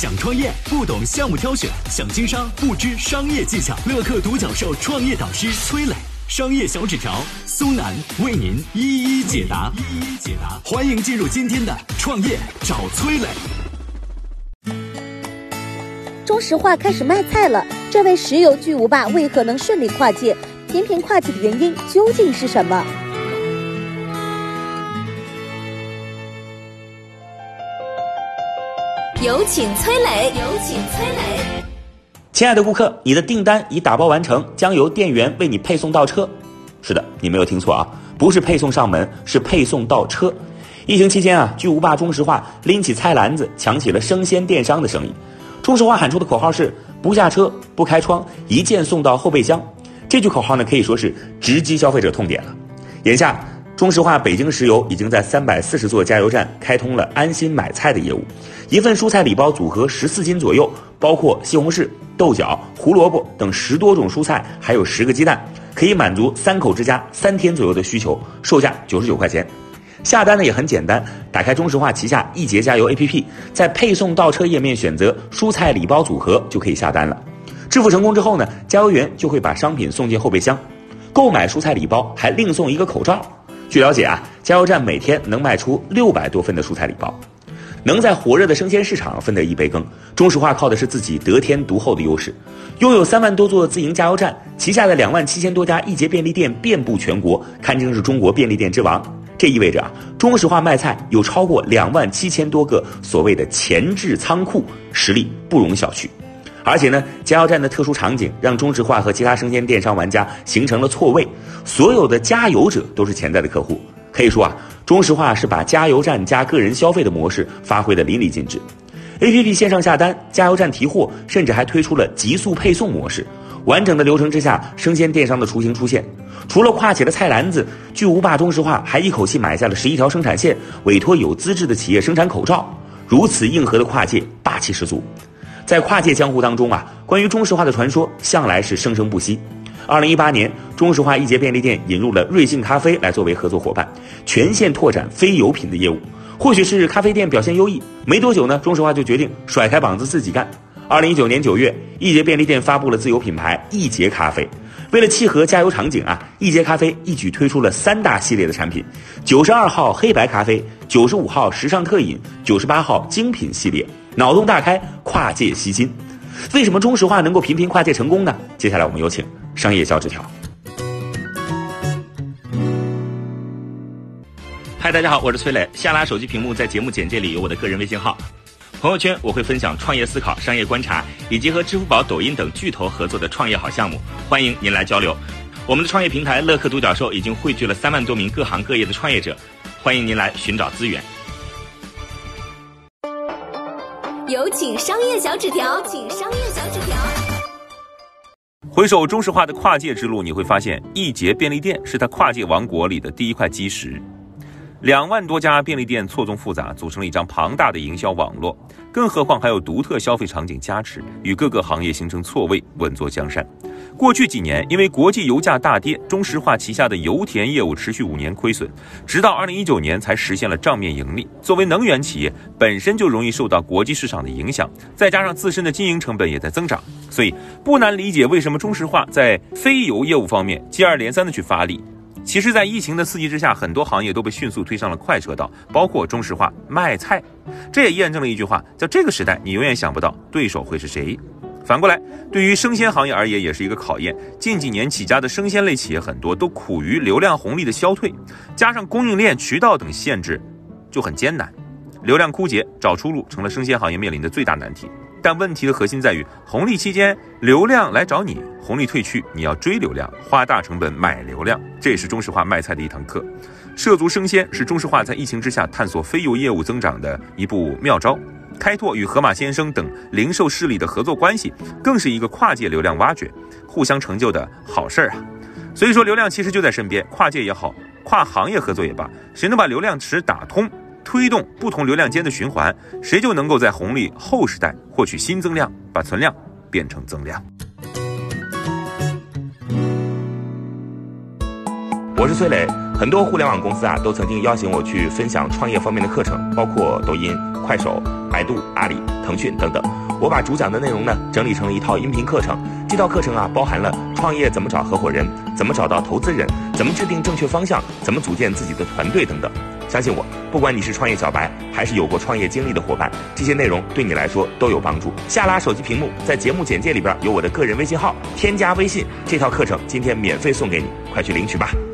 想创业不懂项目挑选，想经商不知商业技巧。乐客独角兽创业导师崔磊，商业小纸条苏南为您一一解答。欢迎进入今天的创业找崔磊。 中石化开始卖菜了，这位石油巨无霸为何能顺利跨界？频频跨界的原因究竟是什么？ 有请崔磊。 亲爱的顾客，你的订单已打包完成，将由店员为你配送到车。是的，你没有听错啊，不是配送上门，是配送到车。疫情期间啊，巨无霸中石化拎起菜篮子，抢起了生鲜电商的生意。中石化喊出的口号是不下车不开窗，一件送到后备箱。这句口号呢，可以说是直击消费者痛点了。眼下中石化北京石油已经在340座加油站开通了安心买菜的业务，一份蔬菜礼包组合14斤左右，包括西红柿、豆角、胡萝卜等10多种蔬菜，还有10个鸡蛋，可以满足3口之家3天左右的需求，售价99块钱。下单呢也很简单，打开中石化旗下易捷加油 APP， 在配送到车页面选择蔬菜礼包组合就可以下单了。支付成功之后呢，加油员就会把商品送进后备箱。购买蔬菜礼包还另送一个口罩。据了解啊，加油站每天能卖出600多份的蔬菜礼包。能在火热的生鲜市场分得一杯羹，中石化靠的是自己得天独厚的优势，拥有3万多座自营加油站，旗下的27000多家易捷便利店遍布全国，堪称是中国便利店之王。这意味着啊，中石化卖菜有超过27000多个所谓的前置仓库，实力不容小觑。而且呢，加油站的特殊场景让中石化和其他生鲜电商玩家形成了错位，所有的加油者都是潜在的客户。可以说啊，中石化是把加油站加个人消费的模式发挥得淋漓尽致。APP 线上下单，加油站提货，甚至还推出了极速配送模式。完整的流程之下，生鲜电商的雏形出现。除了挎起了菜篮子，巨无霸中石化还一口气买下了11条生产线，委托有资质的企业生产口罩。如此硬核的跨界，霸气十足。在跨界江湖当中啊，关于中石化的传说向来是生生不息。2018年，中石化易捷便利店引入了瑞幸咖啡来作为合作伙伴，全线拓展非油品的业务。或许是咖啡店表现优异，没多久呢，中石化就决定甩开膀子自己干。2019年9月，易捷便利店发布了自有品牌易捷咖啡。为了契合加油场景啊，易捷咖啡一举推出了3大系列的产品：92号黑白咖啡、95号时尚特饮、98号精品系列。脑洞大开，跨界吸金。为什么中石化能够频频跨界成功呢？接下来我们有请商业小纸条。嗨，大家好，我是崔磊。下拉手机屏幕，在节目简介里有我的个人微信号。朋友圈我会分享创业思考、商业观察，以及和支付宝、抖音等巨头合作的创业好项目，欢迎您来交流。我们的创业平台乐客独角兽已经汇聚了3万多名各行各业的创业者，欢迎您来寻找资源。 有请商业小纸条。 回首中石化的跨界之路，你会发现易捷便利店是它跨界王国里的第一块基石。2万多家便利店错综复杂，组成了一张庞大的营销网络，更何况还有独特消费场景加持，与各个行业形成错位，稳坐江山。过去几年，因为国际油价大跌，中石化旗下的油田业务持续5年亏损，直到2019年才实现了账面盈利。作为能源企业，本身就容易受到国际市场的影响，再加上自身的经营成本也在增长，所以不难理解为什么中石化在非油业务方面接二连三的去发力。其实在疫情的刺激之下，很多行业都被迅速推上了快车道，包括中石化卖菜。这也验证了一句话，叫这个时代你永远想不到对手会是谁。反过来，对于生鲜行业而言也是一个考验。近几年起家的生鲜类企业很多都苦于流量红利的消退，加上供应链、渠道等限制，就很艰难。流量枯竭，找出路成了生鲜行业面临的最大难题。但问题的核心在于，红利期间流量来找你，红利退去你要追流量，花大成本买流量，这也是中石化卖菜的一堂课。涉足生鲜是中石化在疫情之下探索非油业务增长的一部妙招，开拓与盒马鲜生等零售势力的合作关系，更是一个跨界流量挖掘、互相成就的好事啊！所以说，流量其实就在身边，跨界也好，跨行业合作也罢，谁能把流量池打通，推动不同流量间的循环，谁就能够在红利后时代获取新增量，把存量变成增量。 我是崔磊。很多互联网公司啊都曾经邀请我去分享创业方面的课程，包括抖音、快手、百度、阿里、腾讯等等。我把主讲的内容呢整理成了一套音频课程，这套课程啊包含了创业怎么找合伙人，怎么找到投资人，怎么制定正确方向，怎么组建自己的团队等等。相信我，不管你是创业小白还是有过创业经历的伙伴，这些内容对你来说都有帮助。下拉手机屏幕，在节目简介里边有我的个人微信号，添加微信，这套课程今天免费送给你，快去领取吧。